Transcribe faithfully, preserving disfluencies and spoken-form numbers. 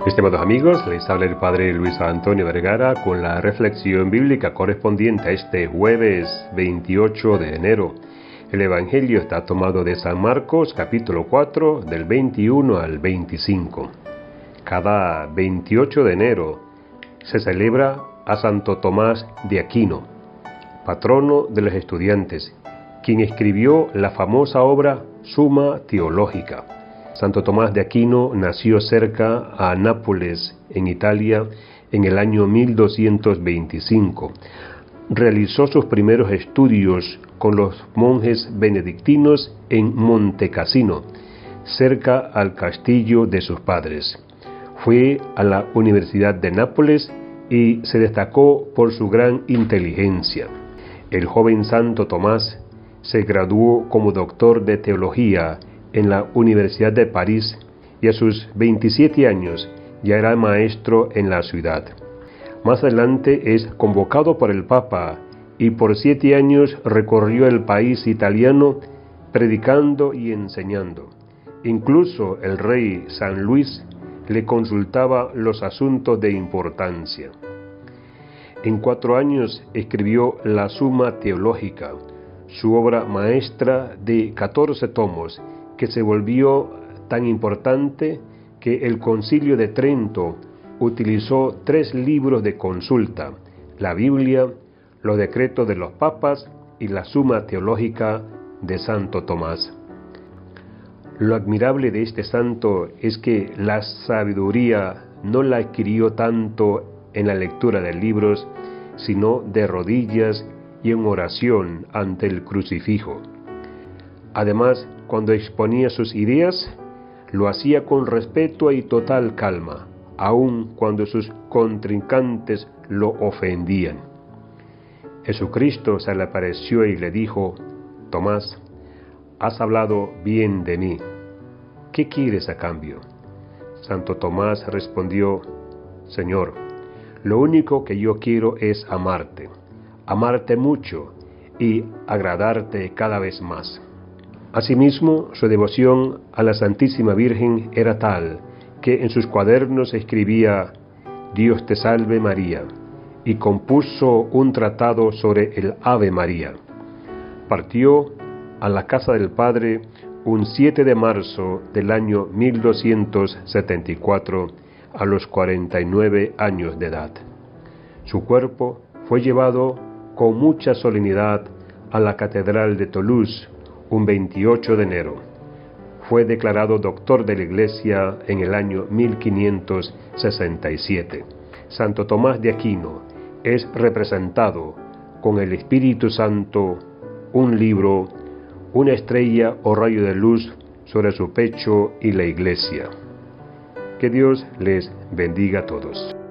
Estimados amigos, les habla el Padre Luis Antonio Vergara con la reflexión bíblica correspondiente a este jueves veintiocho de enero. El Evangelio está tomado de San Marcos, capítulo cuatro, del veintiuno al veinticinco. Cada veintiocho de enero se celebra a Santo Tomás de Aquino, patrono de los estudiantes, quien escribió la famosa obra Summa Theologica. Santo Tomás de Aquino nació cerca a Nápoles, en Italia, en el año mil doscientos veinticinco. Realizó sus primeros estudios con los monjes benedictinos en Montecassino, cerca al castillo de sus padres. Fue a la Universidad de Nápoles y se destacó por su gran inteligencia. El joven Santo Tomás se graduó como doctor de teología en la Universidad de París y a sus veintisiete años ya era maestro en la ciudad. Más adelante es convocado por el Papa y por siete años recorrió el país italiano predicando y enseñando. Incluso el rey San Luis le consultaba los asuntos de importancia. En cuatro años escribió la Summa Theologica, su obra maestra de catorce tomos, que se volvió tan importante que el Concilio de Trento utilizó tres libros de consulta: la Biblia, los decretos de los papas y la Summa Theologica de Santo Tomás. Lo admirable de este santo es que la sabiduría no la adquirió tanto en la lectura de libros, sino de rodillas y en oración ante el crucifijo. Además, cuando exponía sus ideas, lo hacía con respeto y total calma, aun cuando sus contrincantes lo ofendían. Jesucristo se le apareció y le dijo: Tomás, has hablado bien de mí. ¿Qué quieres a cambio? Santo Tomás respondió: Señor, lo único que yo quiero es amarte, amarte mucho y agradarte cada vez más. Asimismo, su devoción a la Santísima Virgen era tal que en sus cuadernos escribía: Dios te salve María, y compuso un tratado sobre el Ave María. Partió a la casa del Padre un siete de marzo del año mil doscientos setenta y cuatro, a los cuarenta y nueve años de edad. Su cuerpo fue llevado con mucha solemnidad a la Catedral de Toulouse un veintiocho de enero. Fue declarado doctor de la Iglesia en el año mil quinientos sesenta y siete. Santo Tomás de Aquino es representado con el Espíritu Santo, un libro, una estrella o rayo de luz sobre su pecho y la Iglesia. Que Dios les bendiga a todos.